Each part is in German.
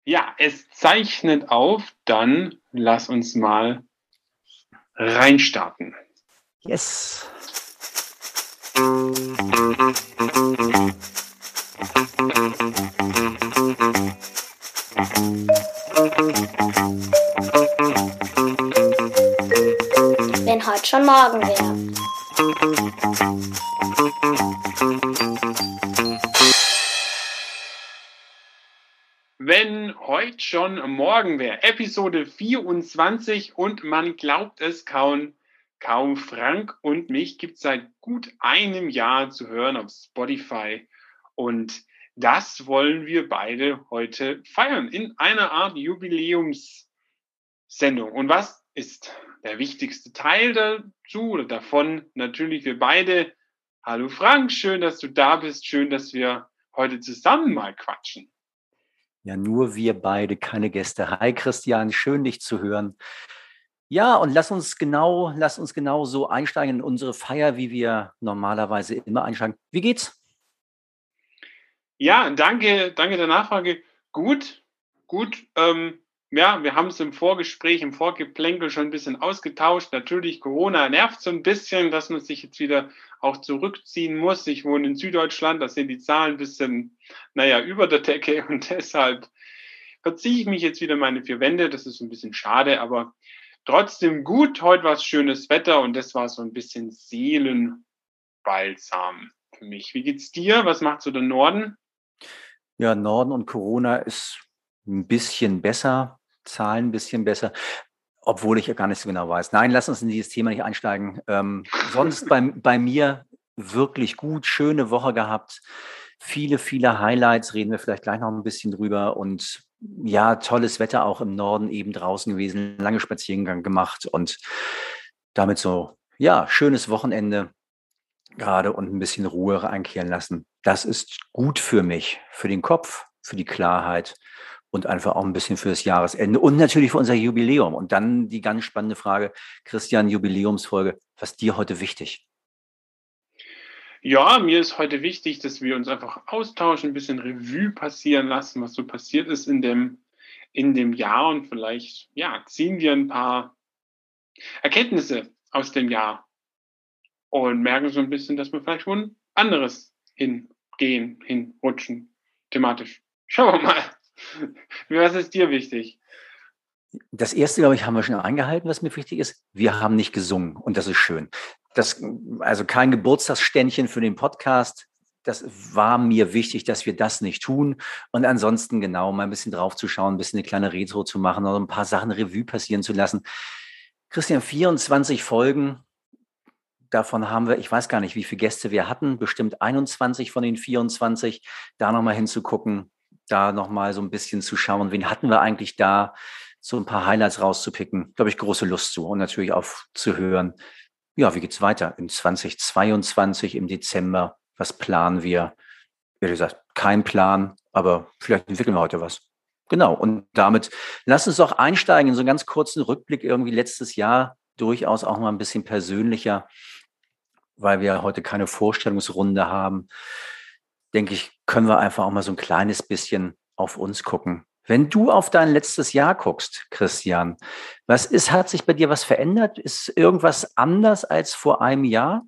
Ja, es zeichnet auf, dann lass uns mal reinstarten. Yes. Wenn heute schon morgen wäre. Wenn heute schon morgen wäre, Episode 24 und man glaubt es kaum, Frank und mich gibt es seit gut einem Jahr zu hören auf Spotify und das wollen wir beide heute feiern in einer Art Jubiläumssendung. Und was ist der wichtigste Teil dazu oder davon? Natürlich wir beide. Hallo Frank, schön, dass du da bist, schön, dass wir heute zusammen mal quatschen. Ja, nur wir beide, keine Gäste. Hi Christian, schön dich zu hören. Ja, und lass uns genau so einsteigen in unsere Feier, wie wir normalerweise immer einsteigen. Wie geht's? Ja, danke der Nachfrage. Gut, gut. Ja, wir haben es im Vorgespräch, im Vorgeplänkel schon ein bisschen ausgetauscht. Natürlich, Corona nervt so ein bisschen, dass man sich jetzt wieder auch zurückziehen muss. Ich wohne in Süddeutschland, da sind die Zahlen ein bisschen, über der Decke und deshalb verziehe ich mich jetzt wieder in meine vier Wände. Das ist ein bisschen schade, aber trotzdem gut. Heute war es schönes Wetter und das war so ein bisschen Seelenbalsam für mich. Wie geht's dir? Was macht so der Norden? Ja, Norden und Corona ist ein bisschen besser, Zahlen ein bisschen besser, obwohl ich ja gar nicht so genau weiß. Nein, lass uns in dieses Thema nicht einsteigen. Sonst bei mir wirklich gut, schöne Woche gehabt. Viele Highlights, reden wir vielleicht gleich noch ein bisschen drüber. Und ja, tolles Wetter auch im Norden eben draußen gewesen, lange Spaziergang gemacht und damit so, ja, schönes Wochenende gerade und ein bisschen Ruhe einkehren lassen. Das ist gut für mich, für den Kopf, für die Klarheit und einfach auch ein bisschen für das Jahresende und natürlich für unser Jubiläum. Und dann die ganz spannende Frage, Christian, Jubiläumsfolge, was ist dir heute wichtig? Ja, mir ist heute wichtig, dass wir uns einfach austauschen, ein bisschen Revue passieren lassen, was so passiert ist in dem Jahr und vielleicht, ja, ziehen wir ein paar Erkenntnisse aus dem Jahr und merken so ein bisschen, dass wir vielleicht schon anderes hinrutschen, thematisch. Schauen wir mal. Was ist dir wichtig? Das erste, glaube ich, haben wir schon eingehalten, was mir wichtig ist. Wir haben nicht gesungen und das ist schön. Also kein Geburtstagsständchen für den Podcast. Das war mir wichtig, dass wir das nicht tun. Und ansonsten genau mal ein bisschen drauf zu schauen, ein bisschen eine kleine Retro zu machen oder ein paar Sachen Revue passieren zu lassen. Christian, 24 Folgen. Davon haben wir, ich weiß gar nicht, wie viele Gäste wir hatten, bestimmt 21 von den 24. Da nochmal hinzugucken, da nochmal so ein bisschen zu schauen, wen hatten wir eigentlich da, so ein paar Highlights rauszupicken. Glaube ich, große Lust zu und natürlich auch zu hören, ja, wie geht's weiter in 2022 im Dezember? Was planen wir? Wie gesagt, kein Plan, aber vielleicht entwickeln wir heute was. Genau. Und damit lass uns doch einsteigen in so einen ganz kurzen Rückblick irgendwie letztes Jahr, durchaus auch mal ein bisschen persönlicher, weil wir heute keine Vorstellungsrunde haben, denke ich, können wir einfach auch mal so ein kleines bisschen auf uns gucken. Wenn du auf dein letztes Jahr guckst, Christian, hat sich bei dir was verändert? Ist irgendwas anders als vor einem Jahr?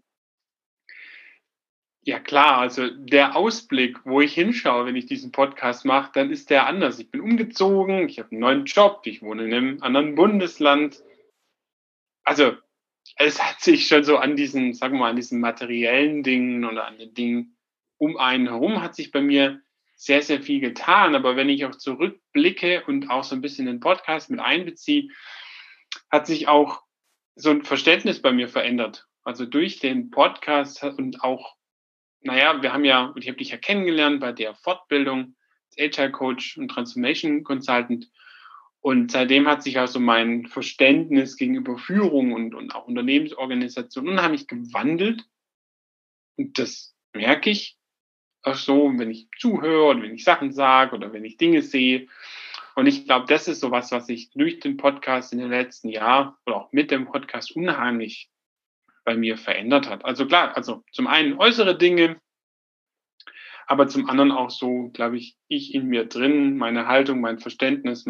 Ja klar, also der Ausblick, wo ich hinschaue, wenn ich diesen Podcast mache, dann ist der anders. Ich bin umgezogen, ich habe einen neuen Job, ich wohne in einem anderen Bundesland. Also es hat sich schon so an diesen, sagen wir mal, an diesen materiellen Dingen oder an den Dingen um einen herum hat sich bei mir sehr, sehr viel getan. Aber wenn ich auch zurückblicke und auch so ein bisschen den Podcast mit einbeziehe, hat sich auch so ein Verständnis bei mir verändert. Also durch den Podcast und auch, wir haben ja, ich habe dich ja kennengelernt bei der Fortbildung als Agile Coach und Transformation Consultant. Und seitdem hat sich also mein Verständnis gegenüber Führung und auch Unternehmensorganisation unheimlich gewandelt. Und das merke ich auch so, wenn ich zuhöre oder wenn ich Sachen sage oder wenn ich Dinge sehe. Und ich glaube, das ist so was ich durch den Podcast in den letzten Jahren oder auch mit dem Podcast unheimlich bei mir verändert hat. Also klar, also zum einen äußere Dinge, aber zum anderen auch so, glaube ich in mir drin, meine Haltung, mein Verständnis,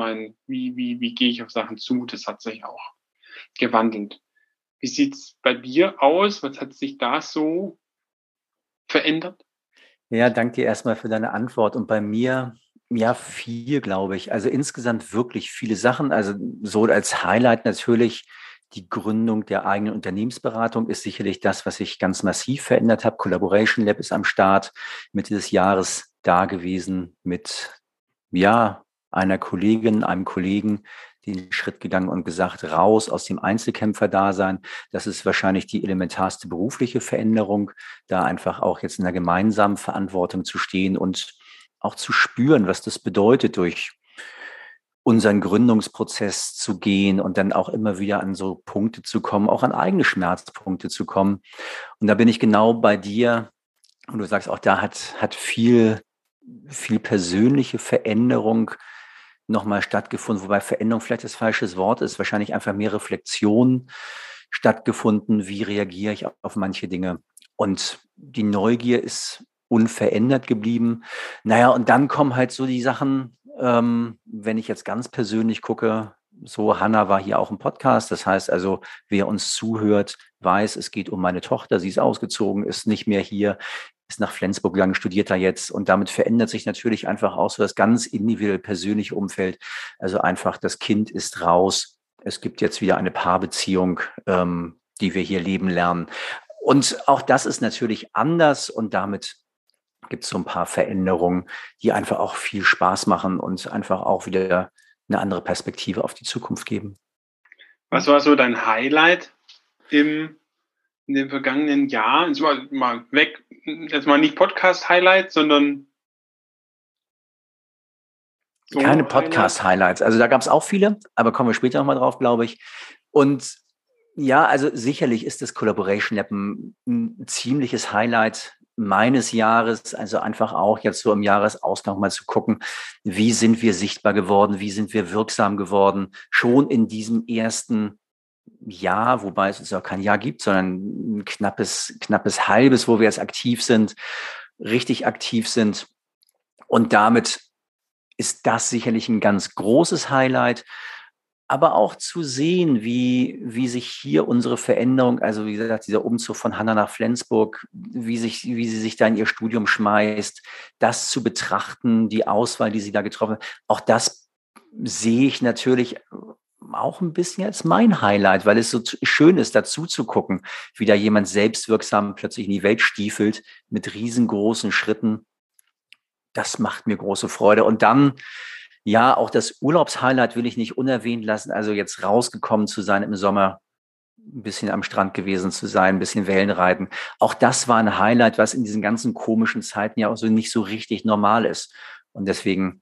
wie gehe ich auf Sachen zu, das hat sich auch gewandelt. Wie sieht's bei dir aus? Was hat sich da so verändert? Ja, danke dir erstmal für deine Antwort. Und bei mir, ja, viel, glaube ich. Also insgesamt wirklich viele Sachen. Also so als Highlight natürlich die Gründung der eigenen Unternehmensberatung ist sicherlich das, was sich ganz massiv verändert hat. Collaboration Lab ist am Start, Mitte des Jahres da gewesen mit, ja, einer Kollegin, einem Kollegen, den Schritt gegangen und gesagt, raus aus dem Einzelkämpfer-Dasein. Das ist wahrscheinlich die elementarste berufliche Veränderung, da einfach auch jetzt in der gemeinsamen Verantwortung zu stehen und auch zu spüren, was das bedeutet, durch unseren Gründungsprozess zu gehen und dann auch immer wieder an so Punkte zu kommen, auch an eigene Schmerzpunkte zu kommen. Und da bin ich genau bei dir. Und du sagst auch, da hat viel persönliche Veränderung nochmal stattgefunden, wobei Veränderung vielleicht das falsche Wort ist, wahrscheinlich einfach mehr Reflexion stattgefunden, wie reagiere ich auf manche Dinge. Und die Neugier ist unverändert geblieben. Naja, und dann kommen halt so die Sachen, wenn ich jetzt ganz persönlich gucke, so Hanna war hier auch im Podcast. Das heißt also, wer uns zuhört, weiß, es geht um meine Tochter. Sie ist ausgezogen, ist nicht mehr hier, ist nach Flensburg gegangen, studiert da jetzt. Und damit verändert sich natürlich einfach auch so das ganz individuell persönliche Umfeld. Also einfach, das Kind ist raus. Es gibt jetzt wieder eine Paarbeziehung, die wir hier leben lernen. Und auch das ist natürlich anders und damit gibt es so ein paar Veränderungen, die einfach auch viel Spaß machen und einfach auch wieder eine andere Perspektive auf die Zukunft geben. Was war so dein Highlight in dem vergangenen Jahr? Jetzt mal weg, jetzt mal nicht Podcast-Highlight, sondern so keine Podcast-Highlights. Also da gab es auch viele, aber kommen wir später nochmal drauf, glaube ich. Und ja, also sicherlich ist das Collaboration Lab ein ziemliches Highlight meines Jahres, also einfach auch jetzt so im Jahresausgang mal zu gucken, wie sind wir sichtbar geworden, wie sind wir wirksam geworden, schon in diesem ersten Jahr, wobei es auch kein Jahr gibt, sondern ein knappes halbes, wo wir jetzt aktiv sind, richtig aktiv sind. Und damit ist das sicherlich ein ganz großes Highlight. Aber auch zu sehen, wie sich hier unsere Veränderung, also wie gesagt, dieser Umzug von Hanna nach Flensburg, wie sie sich da in ihr Studium schmeißt, das zu betrachten, die Auswahl, die sie da getroffen hat, auch das sehe ich natürlich auch ein bisschen als mein Highlight, weil es so schön ist, dazu zu gucken, wie da jemand selbstwirksam plötzlich in die Welt stiefelt mit riesengroßen Schritten. Das macht mir große Freude. Und dann, ja, auch das Urlaubshighlight will ich nicht unerwähnt lassen. Also jetzt rausgekommen zu sein im Sommer, ein bisschen am Strand gewesen zu sein, ein bisschen Wellen reiten. Auch das war ein Highlight, was in diesen ganzen komischen Zeiten ja auch so nicht so richtig normal ist. Und deswegen,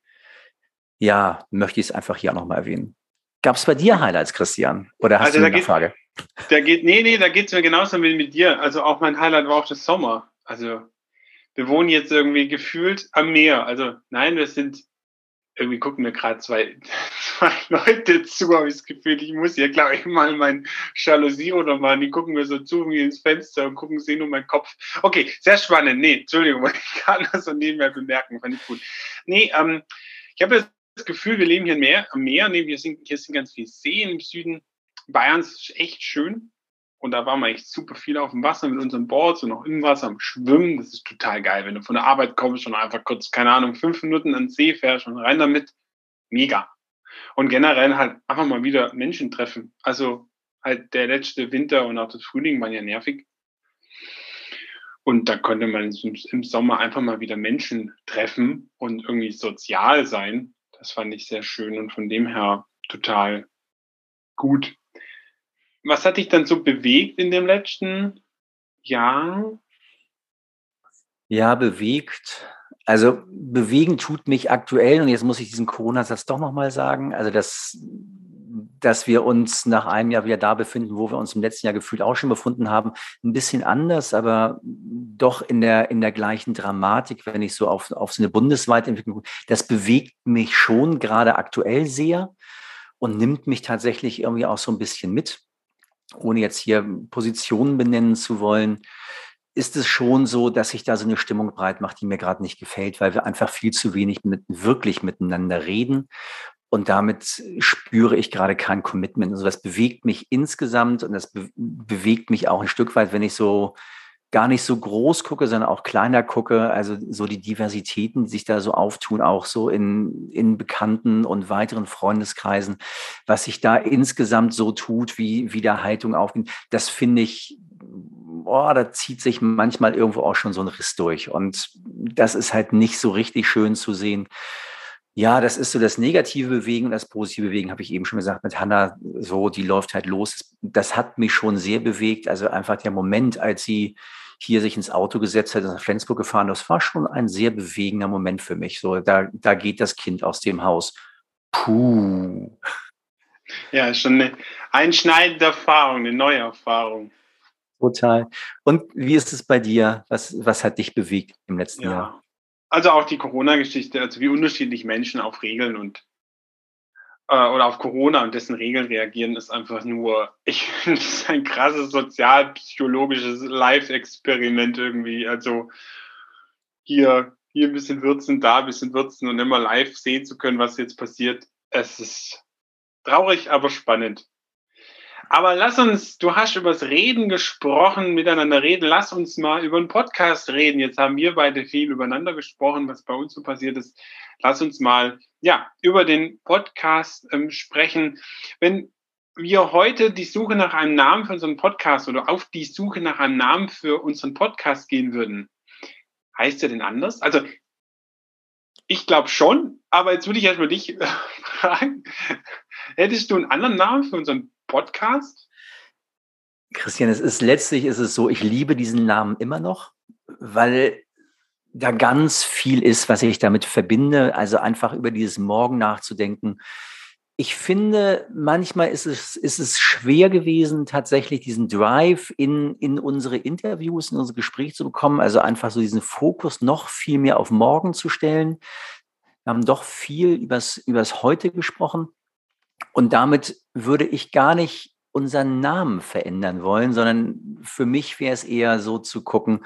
ja, möchte ich es einfach hier auch nochmal erwähnen. Gab es bei dir Highlights, Christian? Oder hast du eine Frage? Da geht es mir genauso wie mit dir. Also auch mein Highlight war auch das Sommer. Also wir wohnen jetzt irgendwie gefühlt am Meer. Also nein, wir sind irgendwie gucken mir gerade zwei Leute zu, habe ich das Gefühl, ich muss hier, glaube ich, mal mein Jalousie oder mal, die gucken mir so zu wie ins Fenster und gucken, sehen nur meinen Kopf. Okay, sehr spannend. Nee, Entschuldigung, wollte ich gerade noch so nebenbei bemerken, fand ich gut. Nee, ich habe das Gefühl, wir leben hier am Meer. Nee, hier sind ganz viele Seen im Süden Bayerns, ist echt schön. Und da waren wir echt super viel auf dem Wasser mit unseren Boards und auch im Wasser am Schwimmen. Das ist total geil, wenn du von der Arbeit kommst und einfach kurz, keine Ahnung, 5 Minuten ans See fährst und rein damit. Mega. Und generell halt einfach mal wieder Menschen treffen. Also halt der letzte Winter und auch das Frühling waren ja nervig. Und da konnte man im Sommer einfach mal wieder Menschen treffen und irgendwie sozial sein. Das fand ich sehr schön und von dem her total gut. Was hat dich dann so bewegt in dem letzten Jahr? Ja, bewegt. Also bewegen tut mich aktuell, und jetzt muss ich diesen Corona-Satz doch nochmal sagen, also dass wir uns nach einem Jahr wieder da befinden, wo wir uns im letzten Jahr gefühlt auch schon befunden haben, ein bisschen anders, aber doch in der gleichen Dramatik, wenn ich so auf so eine bundesweite Entwicklung, das bewegt mich schon gerade aktuell sehr und nimmt mich tatsächlich irgendwie auch so ein bisschen mit, ohne jetzt hier Positionen benennen zu wollen. ist es schon so, dass sich da so eine Stimmung breit macht, die mir gerade nicht gefällt, weil wir einfach viel zu wenig wirklich miteinander reden. Und damit spüre ich gerade kein Commitment. Also das bewegt mich insgesamt und das bewegt mich auch ein Stück weit, wenn ich so gar nicht so groß gucke, sondern auch kleiner gucke. Also so die Diversitäten, die sich da so auftun, auch so in Bekannten und weiteren Freundeskreisen, was sich da insgesamt so tut, wie der Haltung aufgeht, das finde ich, da zieht sich manchmal irgendwo auch schon so ein Riss durch. Und das ist halt nicht so richtig schön zu sehen. Ja, das ist so das negative Bewegen und das positive Bewegen, habe ich eben schon gesagt, mit Hannah, so, die läuft halt los. Das hat mich schon sehr bewegt. Also einfach der Moment, als sie hier sich ins Auto gesetzt hat und nach Flensburg gefahren, das war schon ein sehr bewegender Moment für mich. So, da geht das Kind aus dem Haus. Puh. Ja, schon eine einschneidende Erfahrung, eine neue Erfahrung. Total. Und wie ist es bei dir? Was hat dich bewegt im letzten Jahr? Also auch die Corona-Geschichte, also wie unterschiedlich Menschen auf Regeln und oder auf Corona und dessen Regeln reagieren, ist einfach nur, ich finde es ein krasses sozialpsychologisches Live-Experiment irgendwie. Also hier ein bisschen würzen, da ein bisschen würzen und immer live sehen zu können, was jetzt passiert. Es ist traurig, aber spannend. Aber lass uns, du hast über das Reden gesprochen, miteinander reden, lass uns mal über einen Podcast reden. Jetzt haben wir beide viel übereinander gesprochen, was bei uns so passiert ist. Lass uns mal, über den Podcast sprechen. Wenn wir heute die Suche nach einem Namen für unseren Podcast oder auf die Suche nach einem Namen für unseren Podcast gehen würden, heißt der denn anders? Also, ich glaube schon, aber jetzt würde ich erstmal dich fragen, hättest du einen anderen Namen für unseren Podcast? Christian, letztlich ist es so, ich liebe diesen Namen immer noch, weil da ganz viel ist, was ich damit verbinde. Also einfach über dieses Morgen nachzudenken. Ich finde, manchmal ist es schwer gewesen, tatsächlich diesen Drive in unsere Interviews, in unsere Gespräche zu bekommen. Also einfach so diesen Fokus noch viel mehr auf morgen zu stellen. Wir haben doch viel übers Heute gesprochen. Und damit würde ich gar nicht unseren Namen verändern wollen, sondern für mich wäre es eher so zu gucken,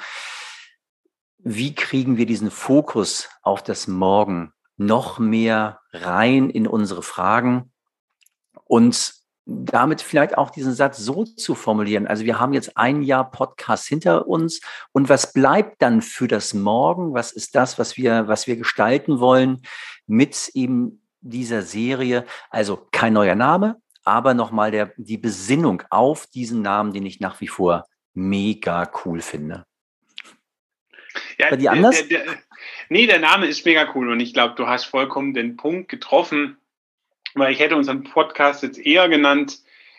wie kriegen wir diesen Fokus auf das Morgen noch mehr rein in unsere Fragen und damit vielleicht auch diesen Satz so zu formulieren. Also wir haben jetzt ein Jahr Podcast hinter uns und was bleibt dann für das Morgen? Was ist das, was wir gestalten wollen mit eben dieser Serie? Also kein neuer Name, aber nochmal die Besinnung auf diesen Namen, den ich nach wie vor mega cool finde. Ja, bei dir anders? Der Name ist mega cool und ich glaube, du hast vollkommen den Punkt getroffen, weil ich hätte unseren Podcast jetzt eher genannt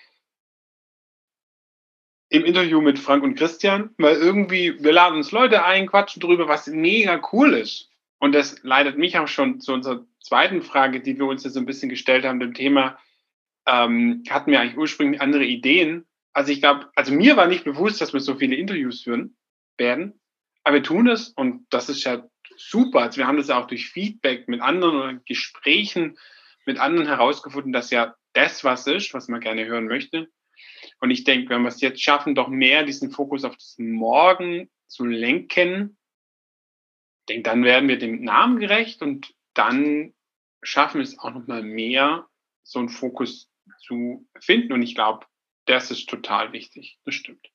im Interview mit Frank und Christian, weil irgendwie, wir laden uns Leute ein, quatschen drüber, was mega cool ist. Und das leitet mich auch schon zu unserer zweiten Frage, die wir uns jetzt so ein bisschen gestellt haben, dem Thema, hatten wir eigentlich ursprünglich andere Ideen. Also ich glaube, mir war nicht bewusst, dass wir so viele Interviews führen werden, aber wir tun es und das ist ja super. Also wir haben das ja auch durch Feedback mit anderen oder Gesprächen mit anderen herausgefunden, dass ja das was ist, was man gerne hören möchte. Und ich denke, wenn wir es jetzt schaffen, doch mehr diesen Fokus auf das Morgen zu lenken, denke, dann werden wir dem Namen gerecht und dann schaffen wir es auch nochmal mehr, so einen Fokus zu finden. Und ich glaube, das ist total wichtig. Das stimmt.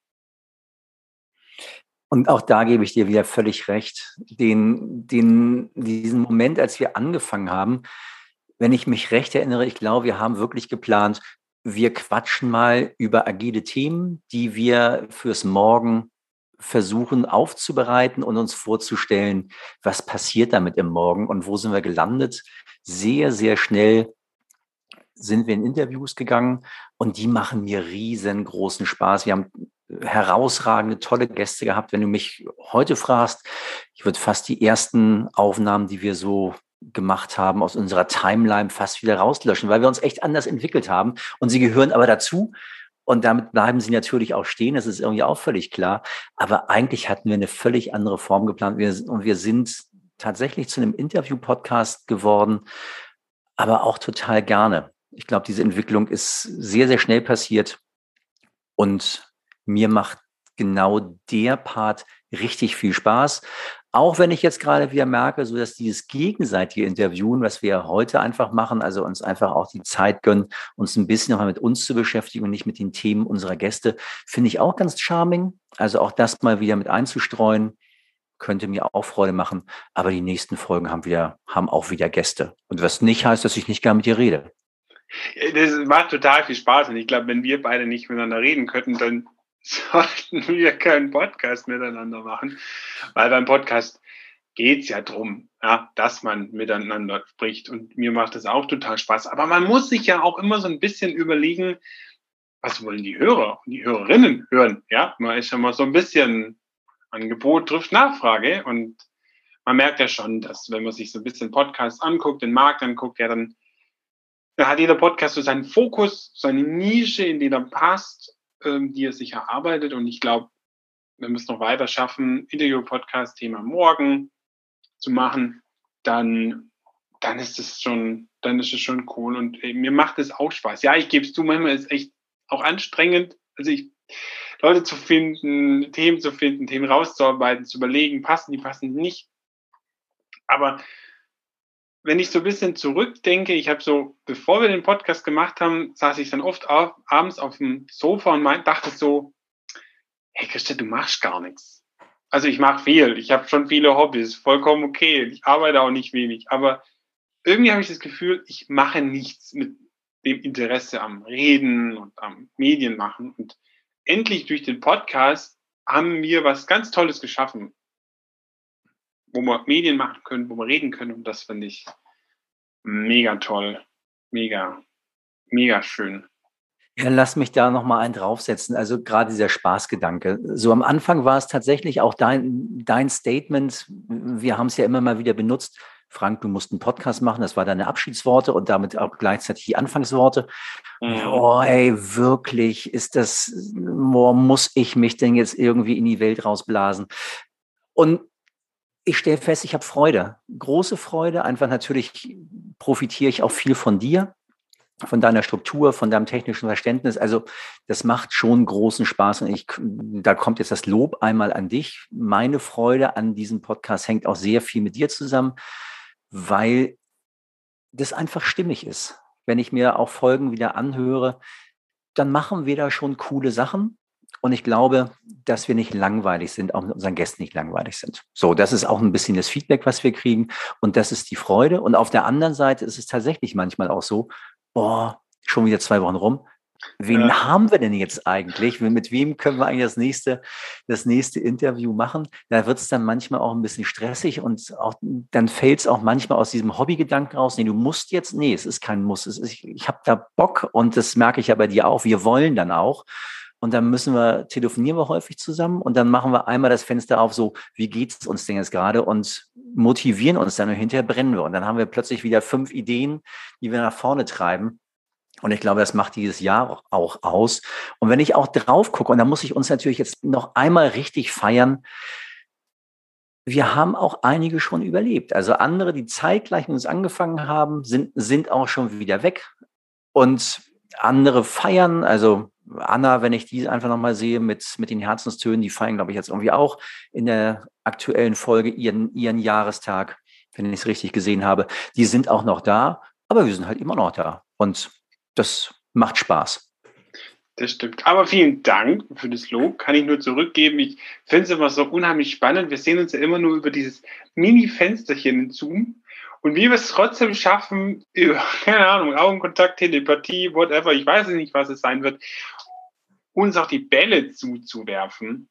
Und auch da gebe ich dir wieder völlig recht. Diesen Moment, als wir angefangen haben, wenn ich mich recht erinnere, ich glaube, wir haben wirklich geplant, wir quatschen mal über agile Themen, die wir fürs Morgen versuchen aufzubereiten und uns vorzustellen, was passiert damit im Morgen und wo sind wir gelandet. Sehr, sehr schnell sind wir in Interviews gegangen und die machen mir riesengroßen Spaß. Wir haben herausragende, tolle Gäste gehabt. Wenn du mich heute fragst, ich würde fast die ersten Aufnahmen, die wir so gemacht haben, aus unserer Timeline fast wieder rauslöschen, weil wir uns echt anders entwickelt haben und sie gehören aber dazu und damit bleiben sie natürlich auch stehen, das ist irgendwie auch völlig klar, aber eigentlich hatten wir eine völlig andere Form geplant und wir sind tatsächlich zu einem Interview-Podcast geworden, aber auch total gerne. Ich glaube, diese Entwicklung ist sehr, sehr schnell passiert und mir macht genau der Part richtig viel Spaß. Auch wenn ich jetzt gerade wieder merke, so dass dieses gegenseitige Interviewen, was wir heute einfach machen, also uns einfach auch die Zeit gönnen, uns ein bisschen nochmal mit uns zu beschäftigen und nicht mit den Themen unserer Gäste, finde ich auch ganz charming. Also auch das mal wieder mit einzustreuen, könnte mir auch Freude machen. Aber die nächsten Folgen haben auch wieder Gäste. Und was nicht heißt, dass ich nicht gar mit dir rede. Das macht total viel Spaß und ich glaube, wenn wir beide nicht miteinander reden könnten, dann sollten wir keinen Podcast miteinander machen, weil beim Podcast geht es ja drum, ja, dass man miteinander spricht und mir macht das auch total Spaß. Aber man muss sich ja auch immer so ein bisschen überlegen, was wollen die Hörer und die Hörerinnen hören, ja? Man ist ja mal so ein bisschen Angebot trifft Nachfrage und man merkt ja schon, dass wenn man sich so ein bisschen Podcasts anguckt, den Markt anguckt, ja, dann hat jeder Podcast so seinen Fokus, seine Nische, in die er passt, die er sich erarbeitet. Und ich glaube, wenn wir es noch weiter schaffen, Interview-Podcast-Thema morgen zu machen, dann ist es schon cool. Und mir macht es auch Spaß. Ja, ich gebe es zu, manchmal ist es echt auch anstrengend. Also Leute zu finden, Themen rauszuarbeiten, zu überlegen, passen nicht. Aber wenn ich so ein bisschen zurückdenke, ich habe so, bevor wir den Podcast gemacht haben, saß ich dann oft abends auf dem Sofa und dachte so, hey Christian, du machst gar nichts. Also ich mache viel, ich habe schon viele Hobbys, vollkommen okay, ich arbeite auch nicht wenig, aber irgendwie habe ich das Gefühl, ich mache nichts mit dem Interesse am Reden und am Medien machen. Und endlich durch den Podcast haben wir was ganz Tolles geschaffen, wo wir Medien machen können, wo wir reden können. Und das finde ich mega toll. Mega, mega schön. Ja, lass mich da nochmal einen draufsetzen. Also gerade dieser Spaßgedanke. So am Anfang war es tatsächlich auch dein Statement. Wir haben es ja immer mal wieder benutzt. Frank, du musst einen Podcast machen. Das war deine Abschiedsworte und damit auch gleichzeitig die Anfangsworte. Oh, ey, wirklich, muss ich mich denn jetzt irgendwie in die Welt rausblasen? Und ich stelle fest, ich habe Freude, große Freude. Einfach natürlich profitiere ich auch viel von dir, von deiner Struktur, von deinem technischen Verständnis. Also das macht schon großen Spaß und da kommt jetzt das Lob einmal an dich. Meine Freude an diesem Podcast hängt auch sehr viel mit dir zusammen, weil das einfach stimmig ist. Wenn ich mir auch Folgen wieder anhöre, dann machen wir da schon coole Sachen. Und ich glaube, dass wir nicht langweilig sind, auch mit unseren Gästen nicht langweilig sind. So, das ist auch ein bisschen das Feedback, was wir kriegen. Und das ist die Freude. Und auf der anderen Seite ist es tatsächlich manchmal auch so, boah, schon wieder 2 Wochen rum. Wen haben wir denn jetzt eigentlich? Mit wem können wir eigentlich das nächste Interview machen? Da wird es dann manchmal auch ein bisschen stressig und auch, dann fällt es auch manchmal aus diesem Hobbygedanken raus. Nee, du musst jetzt, nee, es ist kein Muss. Ich habe da Bock und das merke ich ja bei dir auch. Wir wollen dann auch. Und dann telefonieren wir häufig zusammen und dann machen wir einmal das Fenster auf, so, wie geht's uns denn jetzt gerade und motivieren uns dann und hinterher brennen wir. Und dann haben wir plötzlich wieder 5 Ideen, die wir nach vorne treiben. Und ich glaube, das macht dieses Jahr auch aus. Und wenn ich auch drauf gucke, und da muss ich uns natürlich jetzt noch einmal richtig feiern, wir haben auch einige schon überlebt. Also andere, die zeitgleich mit uns angefangen haben, sind auch schon wieder weg. Und andere feiern, also Anna, wenn ich die einfach nochmal sehe mit den Herzenstönen, die feiern, glaube ich, jetzt irgendwie auch in der aktuellen Folge ihren Jahrestag, wenn ich es richtig gesehen habe. Die sind auch noch da, aber wir sind halt immer noch da. Und das macht Spaß. Das stimmt. Aber vielen Dank für das Lob. Kann ich nur zurückgeben. Ich finde es immer so unheimlich spannend. Wir sehen uns ja immer nur über dieses Mini-Fensterchen in Zoom. Und wie wir es trotzdem schaffen, über, keine Ahnung, Augenkontakt, Telepathie, whatever, ich weiß nicht, was es sein wird, uns auch die Bälle zuzuwerfen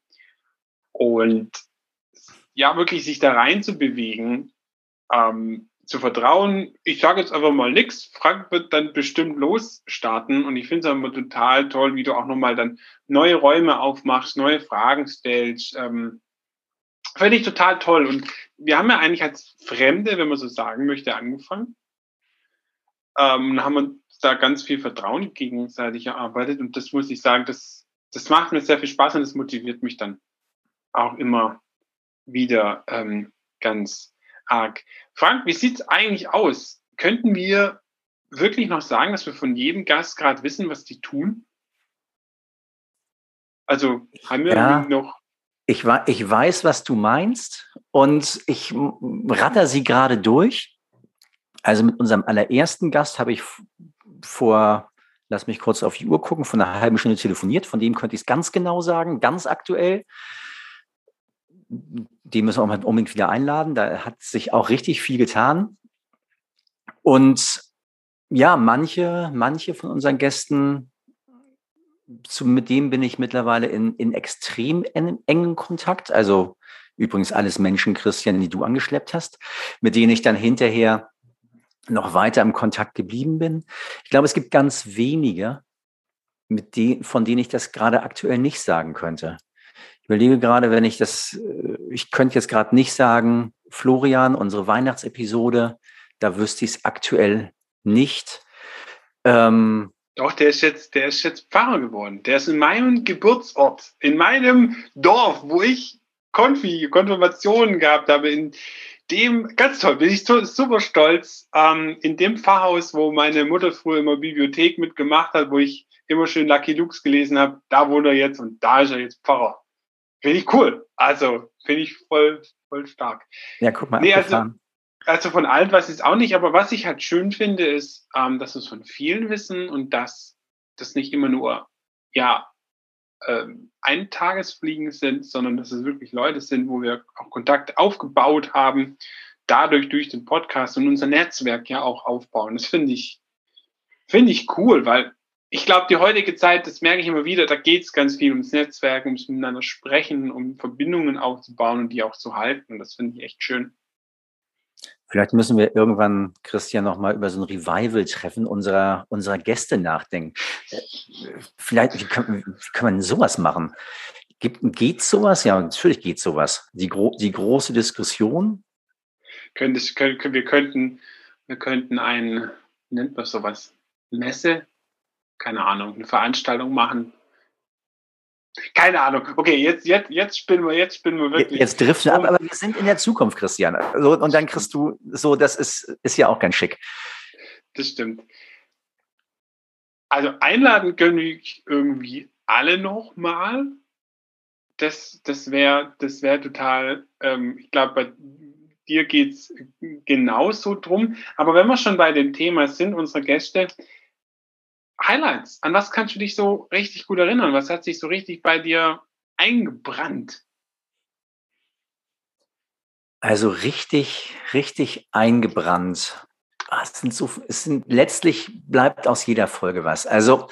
und ja, wirklich sich da rein zu bewegen, zu vertrauen. Ich sage jetzt einfach mal nichts. Frank wird dann bestimmt losstarten und ich finde es immer total toll, wie du auch nochmal dann neue Räume aufmachst, neue Fragen stellst. Finde ich total toll. Und wir haben ja eigentlich als Fremde, wenn man so sagen möchte, angefangen. Haben wir da ganz viel Vertrauen gegenseitig erarbeitet und das muss ich sagen, das macht mir sehr viel Spaß und das motiviert mich dann auch immer wieder ganz arg. Frank, wie sieht's eigentlich aus? Könnten wir wirklich noch sagen, dass wir von jedem Gast gerade wissen, was die tun? Also haben wir Ja. noch... Ich weiß, was du meinst und ich ratter sie gerade durch. Also mit unserem allerersten Gast habe ich lass mich kurz auf die Uhr gucken, vor einer halben Stunde telefoniert. Von dem könnte ich es ganz genau sagen, ganz aktuell. Den müssen wir auch mal unbedingt wieder einladen. Da hat sich auch richtig viel getan. Und ja, manche von unseren Gästen, mit denen bin ich mittlerweile in extrem engen Kontakt. Also übrigens alles Menschen, Christian, die du angeschleppt hast, mit denen ich dann hinterher noch weiter im Kontakt geblieben bin. Ich glaube, es gibt ganz wenige, von denen ich das gerade aktuell nicht sagen könnte. Ich überlege gerade, ich könnte jetzt gerade nicht sagen, Florian, unsere Weihnachtsepisode, da wüsste ich es aktuell nicht. Doch, der ist jetzt Pfarrer geworden. Der ist in meinem Geburtsort, in meinem Dorf, wo ich Konfirmationen gehabt habe, in dem, ganz toll, bin ich super stolz, in dem Pfarrhaus, wo meine Mutter früher immer Bibliothek mitgemacht hat, wo ich immer schön Lucky Lukes gelesen habe, da wohnt er jetzt und da ist er jetzt Pfarrer. Finde ich cool. Also, finde ich voll stark. Ja, guck mal, nee, also von allen weiß ich es auch nicht, aber was ich halt schön finde, ist, dass wir es von vielen wissen und dass das nicht immer nur, Eintagesfliegen sind, sondern dass es wirklich Leute sind, wo wir auch Kontakt aufgebaut haben, dadurch durch den Podcast und unser Netzwerk ja auch aufbauen. Das finde ich cool, weil ich glaube, die heutige Zeit, das merke ich immer wieder, da geht es ganz viel ums Netzwerk, ums Miteinander sprechen, um Verbindungen aufzubauen und die auch zu halten. Und das finde ich echt schön. Vielleicht müssen wir irgendwann, Christian, nochmal über so ein Revival-Treffen unserer Gäste nachdenken. Vielleicht, wie können wir denn sowas machen? Geht sowas? Ja, natürlich geht sowas. Die große Diskussion? Wir könnten wie nennt man sowas? Messe? Keine Ahnung, eine Veranstaltung machen. Keine Ahnung. Okay, jetzt spinnen wir wirklich. Jetzt driften wir ab, aber wir sind in der Zukunft, Christian. Also, und dann kriegst du so, das ist ja auch ganz schick. Das stimmt. Also einladen können wir irgendwie alle nochmal. Das wäre total, ich glaube, bei dir geht es genauso drum. Aber wenn wir schon bei dem Thema sind, unsere Gäste, Highlights, an was kannst du dich so richtig gut erinnern? Was hat sich so richtig bei dir eingebrannt? Also richtig eingebrannt. Letztlich bleibt aus jeder Folge was. Also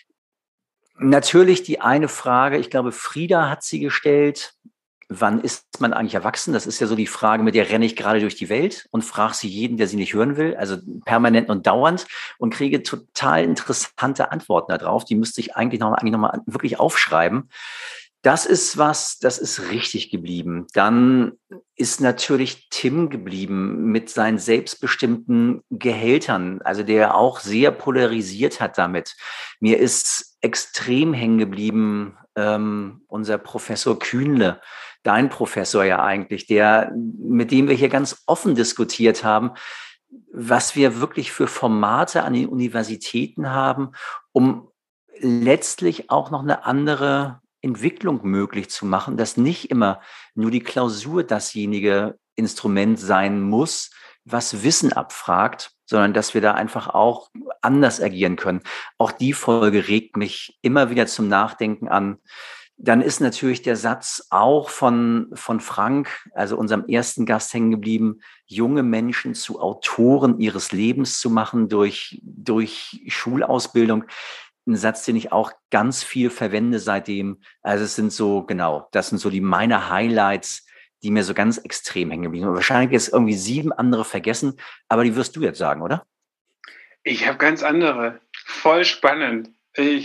natürlich die eine Frage, ich glaube, Frieda hat sie gestellt. Wann ist man eigentlich erwachsen? Das ist ja so die Frage, mit der renne ich gerade durch die Welt und frage sie jeden, der sie nicht hören will, also permanent und dauernd, und kriege total interessante Antworten darauf. Die müsste ich eigentlich noch mal wirklich aufschreiben. Das ist richtig geblieben. Dann ist natürlich Tim geblieben mit seinen selbstbestimmten Gehältern, also der auch sehr polarisiert hat damit. Mir ist extrem hängen geblieben unser Professor Kühnle, dein Professor ja eigentlich, mit dem wir hier ganz offen diskutiert haben, was wir wirklich für Formate an den Universitäten haben, um letztlich auch noch eine andere Entwicklung möglich zu machen, dass nicht immer nur die Klausur dasjenige Instrument sein muss, was Wissen abfragt, sondern dass wir da einfach auch anders agieren können. Auch die Folge regt mich immer wieder zum Nachdenken an. Dann ist natürlich der Satz auch von Frank, also unserem ersten Gast, hängen geblieben, junge Menschen zu Autoren ihres Lebens zu machen durch Schulausbildung. Ein Satz, den ich auch ganz viel verwende seitdem. Also das sind so meine Highlights, die mir so ganz extrem hängen geblieben sind. Wahrscheinlich jetzt irgendwie 7 andere vergessen, aber die wirst du jetzt sagen, oder? Ich habe ganz andere. Voll spannend. Ich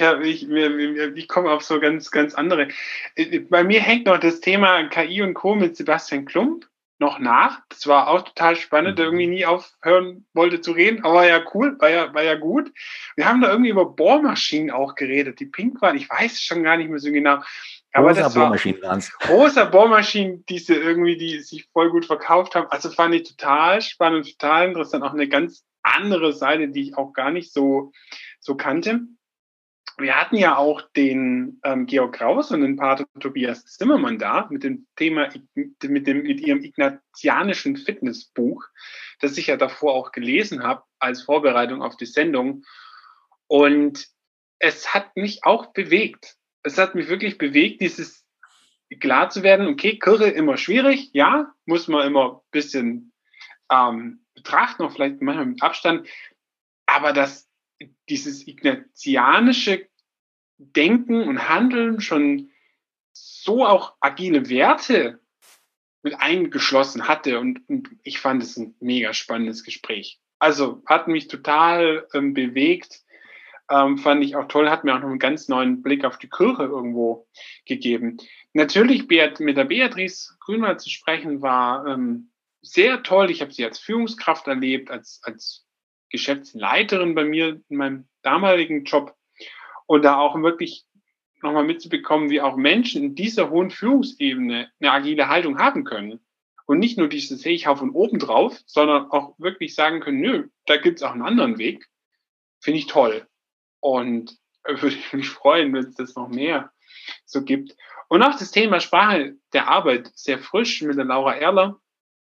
komme auf so ganz andere. Bei mir hängt noch das Thema KI und Co. mit Sebastian Klump noch nach. Das war auch total spannend, der irgendwie nie aufhören wollte zu reden, aber war ja cool, war ja gut. Wir haben da irgendwie über Bohrmaschinen auch geredet, die pink waren. Ich weiß schon gar nicht mehr so genau. Aber rosa Bohrmaschinen waren es. Rosa Bohrmaschinen, die sich voll gut verkauft haben. Also fand ich total spannend, total interessant. Auch eine ganz andere Seite, die ich auch gar nicht so kannte. Wir hatten ja auch den Georg Kraus und den Pater Tobias Zimmermann da mit dem Thema, mit ihrem ignatianischen Fitnessbuch, das ich ja davor auch gelesen habe als Vorbereitung auf die Sendung. Und es hat mich auch bewegt. Es hat mich wirklich bewegt, dieses klar zu werden, okay, Kirche immer schwierig, ja, muss man immer ein bisschen betrachten, auch vielleicht manchmal mit Abstand, aber dieses ignatianische Denken und Handeln schon so auch agile Werte mit eingeschlossen hatte und ich fand es ein mega spannendes Gespräch. Also hat mich total bewegt, fand ich auch toll, hat mir auch noch einen ganz neuen Blick auf die Kirche irgendwo gegeben. Natürlich mit der Beatrice Grünwald zu sprechen war sehr toll. Ich habe sie als Führungskraft erlebt, als Geschäftsleiterin bei mir in meinem damaligen Job und da auch wirklich nochmal mitzubekommen, wie auch Menschen in dieser hohen Führungsebene eine agile Haltung haben können. Und nicht nur dieses, hey, ich hau von oben drauf, sondern auch wirklich sagen können, nö, da gibt's auch einen anderen Weg. Finde ich toll. Und würde ich mich freuen, wenn es das noch mehr so gibt. Und auch das Thema Sprache der Arbeit, sehr frisch mit der Laura Erler,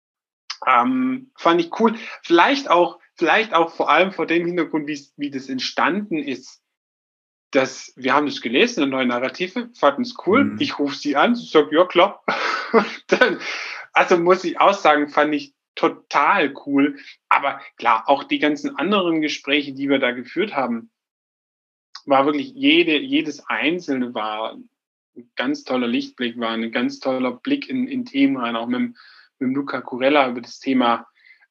fand ich cool. Vielleicht auch vor allem vor dem Hintergrund, wie das entstanden ist. Wir haben das gelesen, eine neue Narrative, fanden es cool. Mhm. Ich rufe sie an, sie sagt, ja klar. Dann, also muss ich auch sagen, fand ich total cool. Aber klar, auch die ganzen anderen Gespräche, die wir da geführt haben, war wirklich jedes einzelne war ein ganz toller Lichtblick, war ein ganz toller Blick in Themen rein, auch mit Luca Kurella über das Thema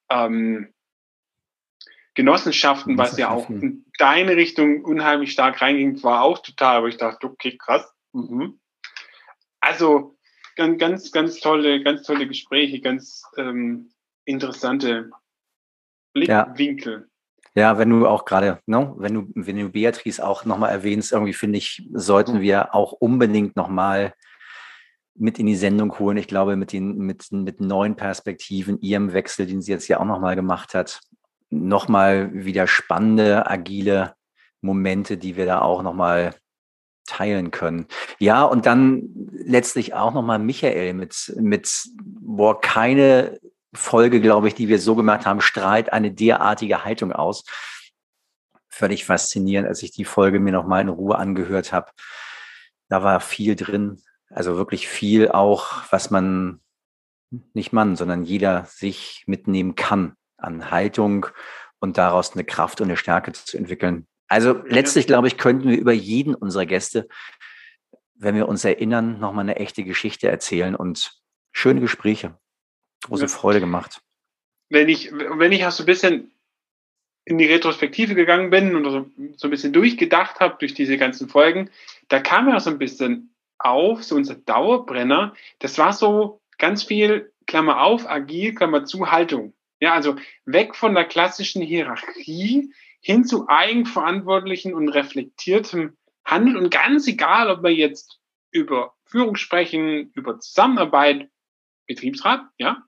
Genossenschaften, was ja auch in deine Richtung unheimlich stark reinging, war auch total, aber ich dachte, okay, krass. Mhm. Also ganz tolle Gespräche, ganz interessante Blickwinkel. Ja, wenn du auch gerade, wenn du Beatrice auch nochmal erwähnst, irgendwie finde ich, sollten wir auch unbedingt nochmal mit in die Sendung holen. Ich glaube, mit neuen Perspektiven, ihrem Wechsel, den sie jetzt ja auch nochmal gemacht hat, nochmal wieder spannende, agile Momente, die wir da auch nochmal teilen können. Ja, und dann letztlich auch nochmal Michael mit keine Folge, glaube ich, die wir so gemacht haben, strahlt eine derartige Haltung aus. Völlig faszinierend, als ich die Folge mir nochmal in Ruhe angehört habe. Da war viel drin, also wirklich viel auch, was man, nicht man, sondern jeder sich mitnehmen kann an Haltung und daraus eine Kraft und eine Stärke zu entwickeln. Also letztlich, glaube ich, könnten wir über jeden unserer Gäste, wenn wir uns erinnern, nochmal eine echte Geschichte erzählen und schöne Gespräche. Große Freude gemacht. Wenn ich auch so ein bisschen in die Retrospektive gegangen bin und so ein bisschen durchgedacht habe durch diese ganzen Folgen, da kam ja so ein bisschen auf, so unser Dauerbrenner, das war so ganz viel, Klammer auf, agil, Klammer zu, Haltung. Ja, also weg von der klassischen Hierarchie hin zu eigenverantwortlichen und reflektiertem Handeln und ganz egal, ob wir jetzt über Führung sprechen, über Zusammenarbeit, Betriebsrat, ja,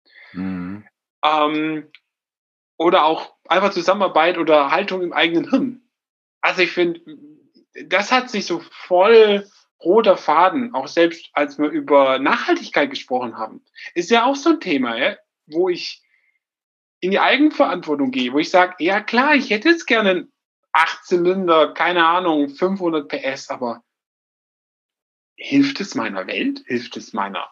oder auch einfach Zusammenarbeit oder Haltung im eigenen Hirn. Also ich finde, das hat sich so voll roter Faden, auch selbst als wir über Nachhaltigkeit gesprochen haben, ist ja auch so ein Thema, ja, wo ich in die Eigenverantwortung gehe, wo ich sage, ja klar, ich hätte jetzt gerne einen 8-Zylinder, keine Ahnung, 500 PS, aber hilft es meiner Welt? Hilft es meiner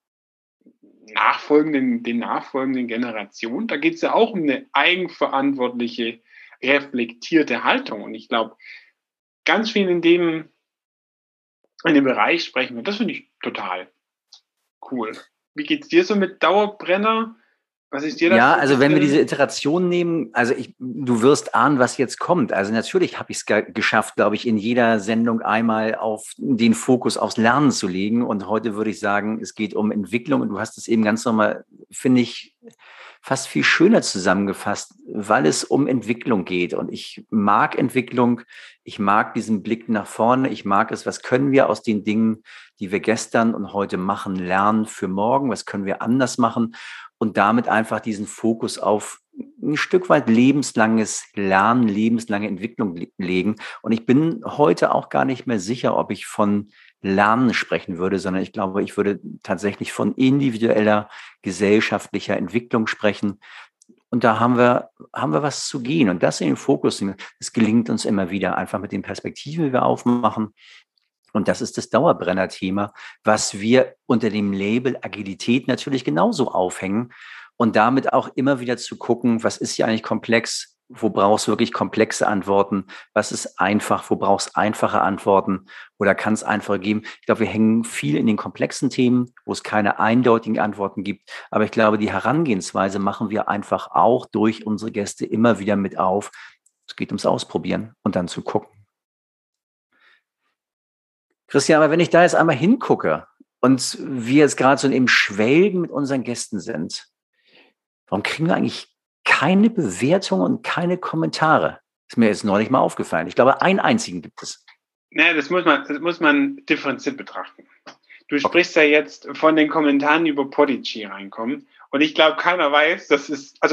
den nachfolgenden Generationen? Da geht es ja auch um eine eigenverantwortliche, reflektierte Haltung. Und ich glaube, ganz viel in dem Bereich sprechen wir. Das finde ich total cool. Wie geht's dir so mit Dauerbrenner? Was ist dir das? Ja, also wenn wir diese Iteration nehmen, also du wirst ahnen, was jetzt kommt. Also natürlich habe ich es geschafft, glaube ich, in jeder Sendung einmal auf den Fokus aufs Lernen zu legen. Und heute würde ich sagen, es geht um Entwicklung. Und du hast es eben ganz nochmal, finde ich, fast viel schöner zusammengefasst, weil es um Entwicklung geht. Und ich mag Entwicklung. Ich mag diesen Blick nach vorne. Ich mag es, was können wir aus den Dingen, die wir gestern und heute machen, lernen für morgen? Was können wir anders machen? Und damit einfach diesen Fokus auf ein Stück weit lebenslanges Lernen, lebenslange Entwicklung legen. Und ich bin heute auch gar nicht mehr sicher, ob ich von Lernen sprechen würde, sondern ich glaube, ich würde tatsächlich von individueller gesellschaftlicher Entwicklung sprechen. Und da haben wir was zu gehen. Und das in den Fokus, das gelingt uns immer wieder, einfach mit den Perspektiven, die wir aufmachen. Und das ist das Dauerbrenner-Thema, was wir unter dem Label Agilität natürlich genauso aufhängen und damit auch immer wieder zu gucken, was ist hier eigentlich komplex, wo brauchst du wirklich komplexe Antworten, was ist einfach, wo brauchst du einfache Antworten oder kann es einfache geben. Ich glaube, wir hängen viel in den komplexen Themen, wo es keine eindeutigen Antworten gibt, aber ich glaube, die Herangehensweise machen wir einfach auch durch unsere Gäste immer wieder mit auf. Es geht ums Ausprobieren und dann zu gucken. Christian, aber wenn ich da jetzt einmal hingucke und wir jetzt gerade so im Schwelgen mit unseren Gästen sind, warum kriegen wir eigentlich keine Bewertungen und keine Kommentare? Ist mir jetzt neulich mal aufgefallen. Ich glaube, einen einzigen gibt es. Naja, das muss man differenziert betrachten. Du sprichst ja jetzt von den Kommentaren, die über Podigy reinkommen. Und ich glaube, keiner weiß, das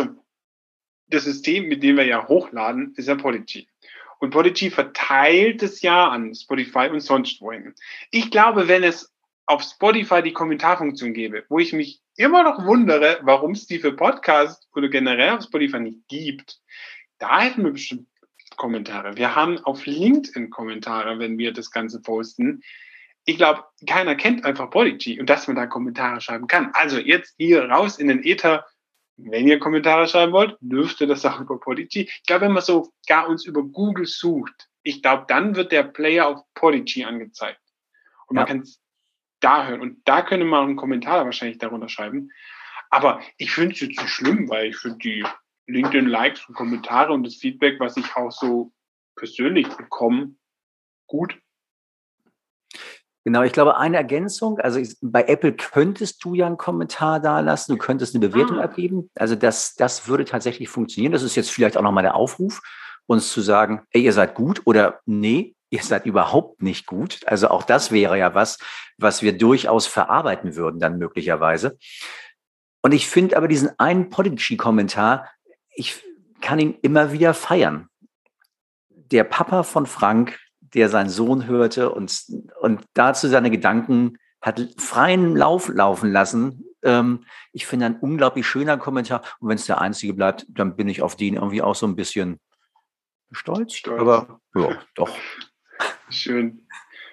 System, mit dem wir ja hochladen, ist ja Podigy. Und Podigy verteilt es ja an Spotify und sonst wohin. Ich glaube, wenn es auf Spotify die Kommentarfunktion gäbe, wo ich mich immer noch wundere, warum es die für Podcast oder generell auf Spotify nicht gibt, da hätten wir bestimmt Kommentare. Wir haben auf LinkedIn Kommentare, wenn wir das Ganze posten. Ich glaube, keiner kennt einfach Podigy und dass man da Kommentare schreiben kann. Also jetzt hier raus in den Äther. Wenn ihr Kommentare schreiben wollt, dürft ihr das auch über Podigy. Ich glaube, wenn man so gar uns über Google sucht, ich glaube, dann wird der Player auf Podigy angezeigt. Und man kann es da hören. Und da könnte man auch einen Kommentar wahrscheinlich darunter schreiben. Aber ich finde es jetzt nicht schlimm, weil ich finde die LinkedIn-Likes und Kommentare und das Feedback, was ich auch so persönlich bekomme, gut. Genau, ich glaube, eine Ergänzung, also bei Apple könntest du ja einen Kommentar da lassen, du könntest eine Bewertung abgeben. Also das würde tatsächlich funktionieren. Das ist jetzt vielleicht auch nochmal der Aufruf, uns zu sagen, ey, ihr seid gut oder nee, ihr seid überhaupt nicht gut. Also auch das wäre ja was wir durchaus verarbeiten würden dann möglicherweise. Und ich finde aber diesen einen Podigy-Kommentar, ich kann ihn immer wieder feiern. Der Papa von Frank, der seinen Sohn hörte und dazu seine Gedanken hat freien Lauf laufen lassen. Ich finde ein unglaublich schöner Kommentar. Und wenn es der einzige bleibt, dann bin ich auf den irgendwie auch so ein bisschen stolz. Aber ja, doch. Schön.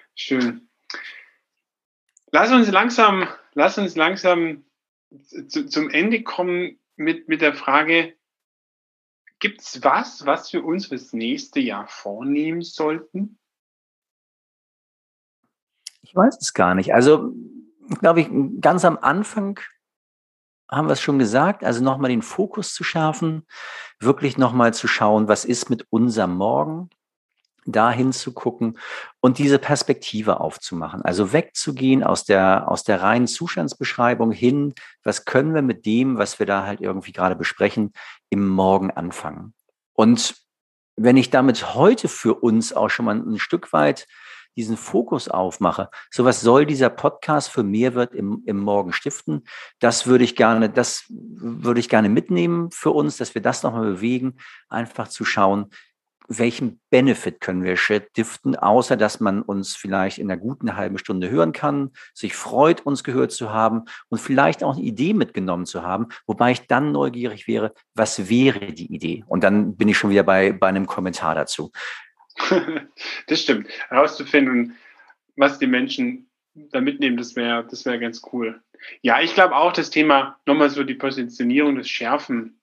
Lass uns langsam zum Ende kommen mit der Frage, gibt es was wir uns fürs nächste Jahr vornehmen sollten? Ich weiß es gar nicht. Also, glaube ich, ganz am Anfang haben wir es schon gesagt, also nochmal den Fokus zu schärfen, wirklich nochmal zu schauen, was ist mit unserem Morgen, dahin zu gucken und diese Perspektive aufzumachen. Also wegzugehen aus der reinen Zustandsbeschreibung hin, was können wir mit dem, was wir da halt irgendwie gerade besprechen, im Morgen anfangen. Und wenn ich damit heute für uns auch schon mal ein Stück weit diesen Fokus aufmache, so was soll dieser Podcast für Mehrwert im Morgen stiften, das würde ich gerne mitnehmen für uns, dass wir das nochmal bewegen, einfach zu schauen, welchen Benefit können wir stiften, außer dass man uns vielleicht in einer guten halben Stunde hören kann, sich freut, uns gehört zu haben und vielleicht auch eine Idee mitgenommen zu haben, wobei ich dann neugierig wäre, was wäre die Idee? Und dann bin ich schon wieder bei einem Kommentar dazu. Das stimmt. Herauszufinden, was die Menschen da mitnehmen, das wäre ganz cool. Ja, ich glaube auch, das Thema, nochmal so die Positionierung, das Schärfen,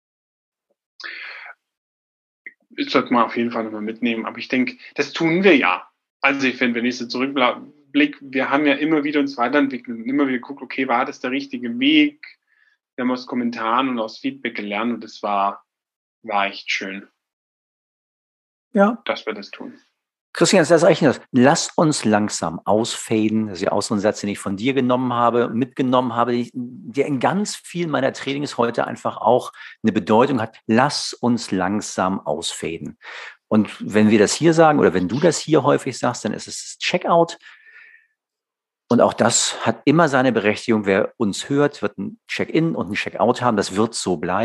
das sollte man auf jeden Fall nochmal mitnehmen. Aber ich denke, das tun wir ja. Also ich finde, wenn ich so zurückblicke, wir haben ja immer wieder uns weiterentwickelt und immer wieder geguckt, okay, war das der richtige Weg? Wir haben aus Kommentaren und aus Feedback gelernt und das war echt schön. Ja, dass wir das tun. Christian, das ist eigentlich das. Lass uns langsam ausfaden. Das ist ja auch so ein Satz, den ich von dir mitgenommen habe, der in ganz vielen meiner Trainings heute einfach auch eine Bedeutung hat. Lass uns langsam ausfaden. Und wenn wir das hier sagen oder wenn du das hier häufig sagst, dann ist es das Checkout. Und auch das hat immer seine Berechtigung. Wer uns hört, wird ein Check-in und ein Check-out haben. Das wird so bleiben.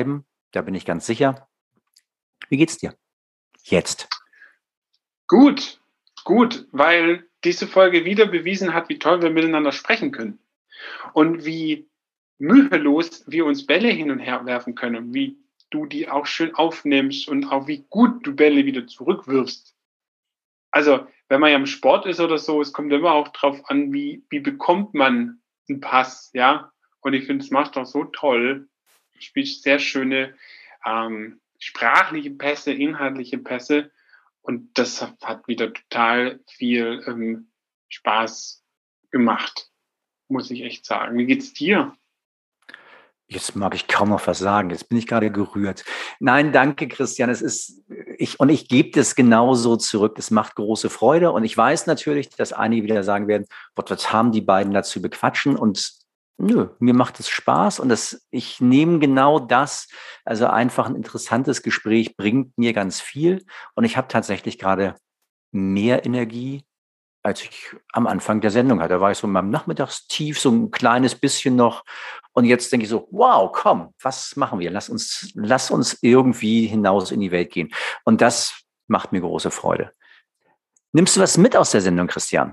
Da bin ich ganz sicher. Wie geht's dir jetzt? Gut, gut, weil diese Folge wieder bewiesen hat, wie toll wir miteinander sprechen können und wie mühelos wir uns Bälle hin und her werfen können, wie du die auch schön aufnimmst und auch wie gut du Bälle wieder zurückwirfst. Also, wenn man ja im Sport ist oder so, es kommt immer auch drauf an, wie bekommt man einen Pass, ja? Und ich finde, es macht auch so toll. Du spielst sehr schöne sprachliche Pässe, inhaltliche Pässe. Und das hat wieder total viel Spaß gemacht, muss ich echt sagen. Wie geht's dir? Jetzt mag ich kaum noch was sagen. Jetzt bin ich gerade gerührt. Nein, danke, Christian. Ich gebe das genauso zurück. Es macht große Freude. Und ich weiß natürlich, dass einige wieder sagen werden, was haben die beiden dazu bequatschen? Und nö, mir macht es Spaß. Und ich nehme genau das. Also einfach ein interessantes Gespräch bringt mir ganz viel. Und ich habe tatsächlich gerade mehr Energie, als ich am Anfang der Sendung hatte. Da war ich so in meinem Nachmittagstief, so ein kleines bisschen noch. Und jetzt denke ich so, wow, komm, was machen wir? Lass uns irgendwie hinaus in die Welt gehen. Und das macht mir große Freude. Nimmst du was mit aus der Sendung, Christian?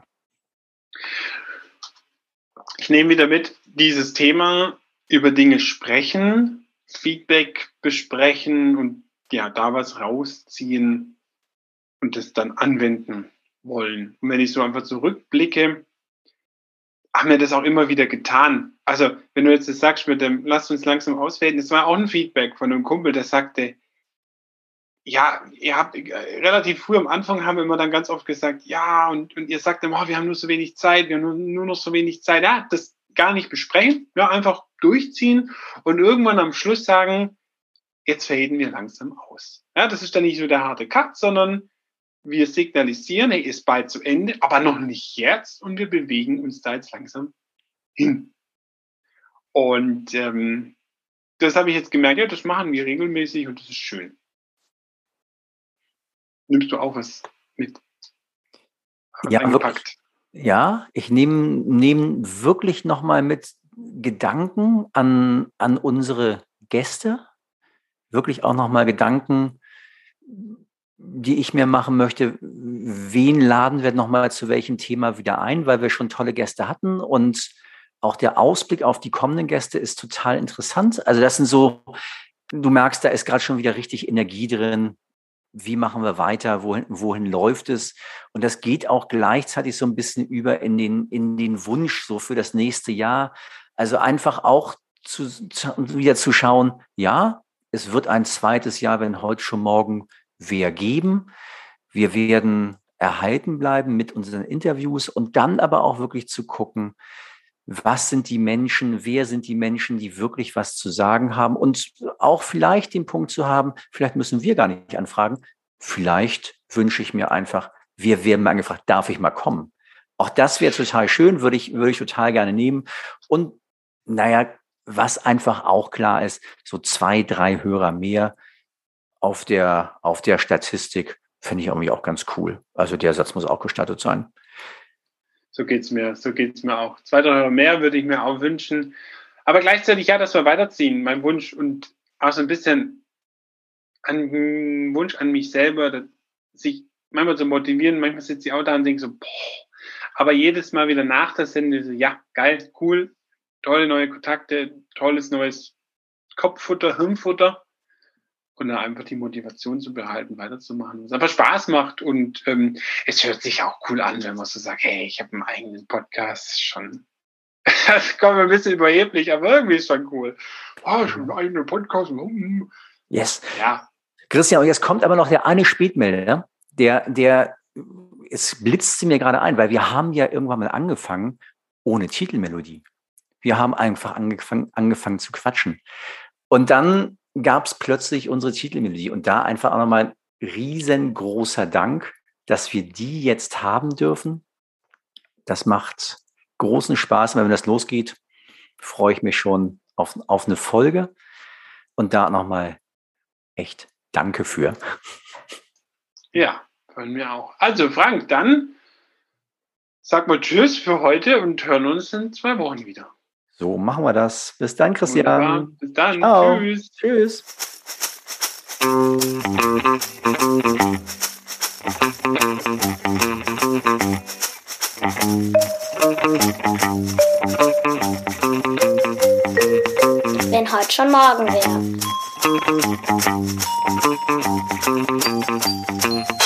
Ich nehme wieder mit dieses Thema über Dinge sprechen, Feedback besprechen und ja, da was rausziehen und das dann anwenden wollen. Und wenn ich so einfach zurückblicke, haben wir das auch immer wieder getan. Also, wenn du jetzt das sagst mit dem, lasst uns langsam auswählen, das war auch ein Feedback von einem Kumpel, der sagte, ja, ihr habt relativ früh am Anfang haben wir immer dann ganz oft gesagt, ja, und ihr sagt immer, oh, wir haben nur so wenig Zeit, wir haben nur noch so wenig Zeit. Ja, das gar nicht besprechen, ja, einfach durchziehen und irgendwann am Schluss sagen, jetzt faden wir langsam aus. Ja, das ist dann nicht so der harte Cut, sondern wir signalisieren, er ist bald zu Ende, aber noch nicht jetzt und wir bewegen uns da jetzt langsam hin. Und das habe ich jetzt gemerkt, ja, das machen wir regelmäßig und das ist schön. Nimmst du auch was mit? Ja, wirklich. Ja, ich nehme wirklich nochmal mit Gedanken an unsere Gäste, wirklich auch nochmal Gedanken, die ich mir machen möchte, wen laden wir nochmal zu welchem Thema wieder ein, weil wir schon tolle Gäste hatten und auch der Ausblick auf die kommenden Gäste ist total interessant. Also das sind so, du merkst, da ist gerade schon wieder richtig Energie drin. Wie machen wir weiter? Wohin läuft es? Und das geht auch gleichzeitig so ein bisschen über in den Wunsch so für das nächste Jahr. Also einfach auch wieder zu schauen, ja, es wird ein zweites Jahr, wenn heute schon morgen wer geben. Wir werden erhalten bleiben mit unseren Interviews und dann aber auch wirklich zu gucken, was sind die Menschen, wer sind die Menschen, die wirklich was zu sagen haben und auch vielleicht den Punkt zu haben, vielleicht müssen wir gar nicht anfragen, vielleicht wünsche ich mir einfach, wir werden mal angefragt, darf ich mal kommen? Auch das wäre total schön, würde ich total gerne nehmen. Und naja, was einfach auch klar ist, so 2, 3 Hörer mehr auf der Statistik finde ich irgendwie auch ganz cool. Also der Satz muss auch gestattet sein. So geht's mir auch. 2, 3 Hörer mehr würde ich mir auch wünschen. Aber gleichzeitig ja, dass wir weiterziehen, mein Wunsch und auch so ein bisschen ein Wunsch an mich selber, sich manchmal zu motivieren. Manchmal sitze ich auch da und denke so, boah, aber jedes Mal wieder nach der Sendung so, ja, geil, cool, tolle neue Kontakte, tolles neues Kopffutter, Hirnfutter. Und dann einfach die Motivation zu behalten, weiterzumachen, was einfach Spaß macht. Und es hört sich auch cool an, wenn man so sagt, hey, ich habe einen eigenen Podcast schon. Das kommt mir ein bisschen überheblich, aber irgendwie ist schon cool. Oh, schon einen eigenen Podcast. Yes. Ja. Christian, und jetzt kommt aber noch der eine Spätmelder, es blitzt mir gerade ein, weil wir haben ja irgendwann mal angefangen ohne Titelmelodie. Wir haben einfach angefangen zu quatschen. Und dann gab es plötzlich unsere Titelmelodie und da einfach auch nochmal riesengroßer Dank, dass wir die jetzt haben dürfen. Das macht großen Spaß, wenn das losgeht, freue ich mich schon auf eine Folge und da nochmal echt Danke für. Ja, von mir auch. Also Frank, dann sag mal Tschüss für heute und hören uns in 2 Wochen wieder. So machen wir das. Bis dann, Christian. Wunderbar. Bis dann. Ciao. Tschüss. Tschüss. Wenn heute schon morgen wäre.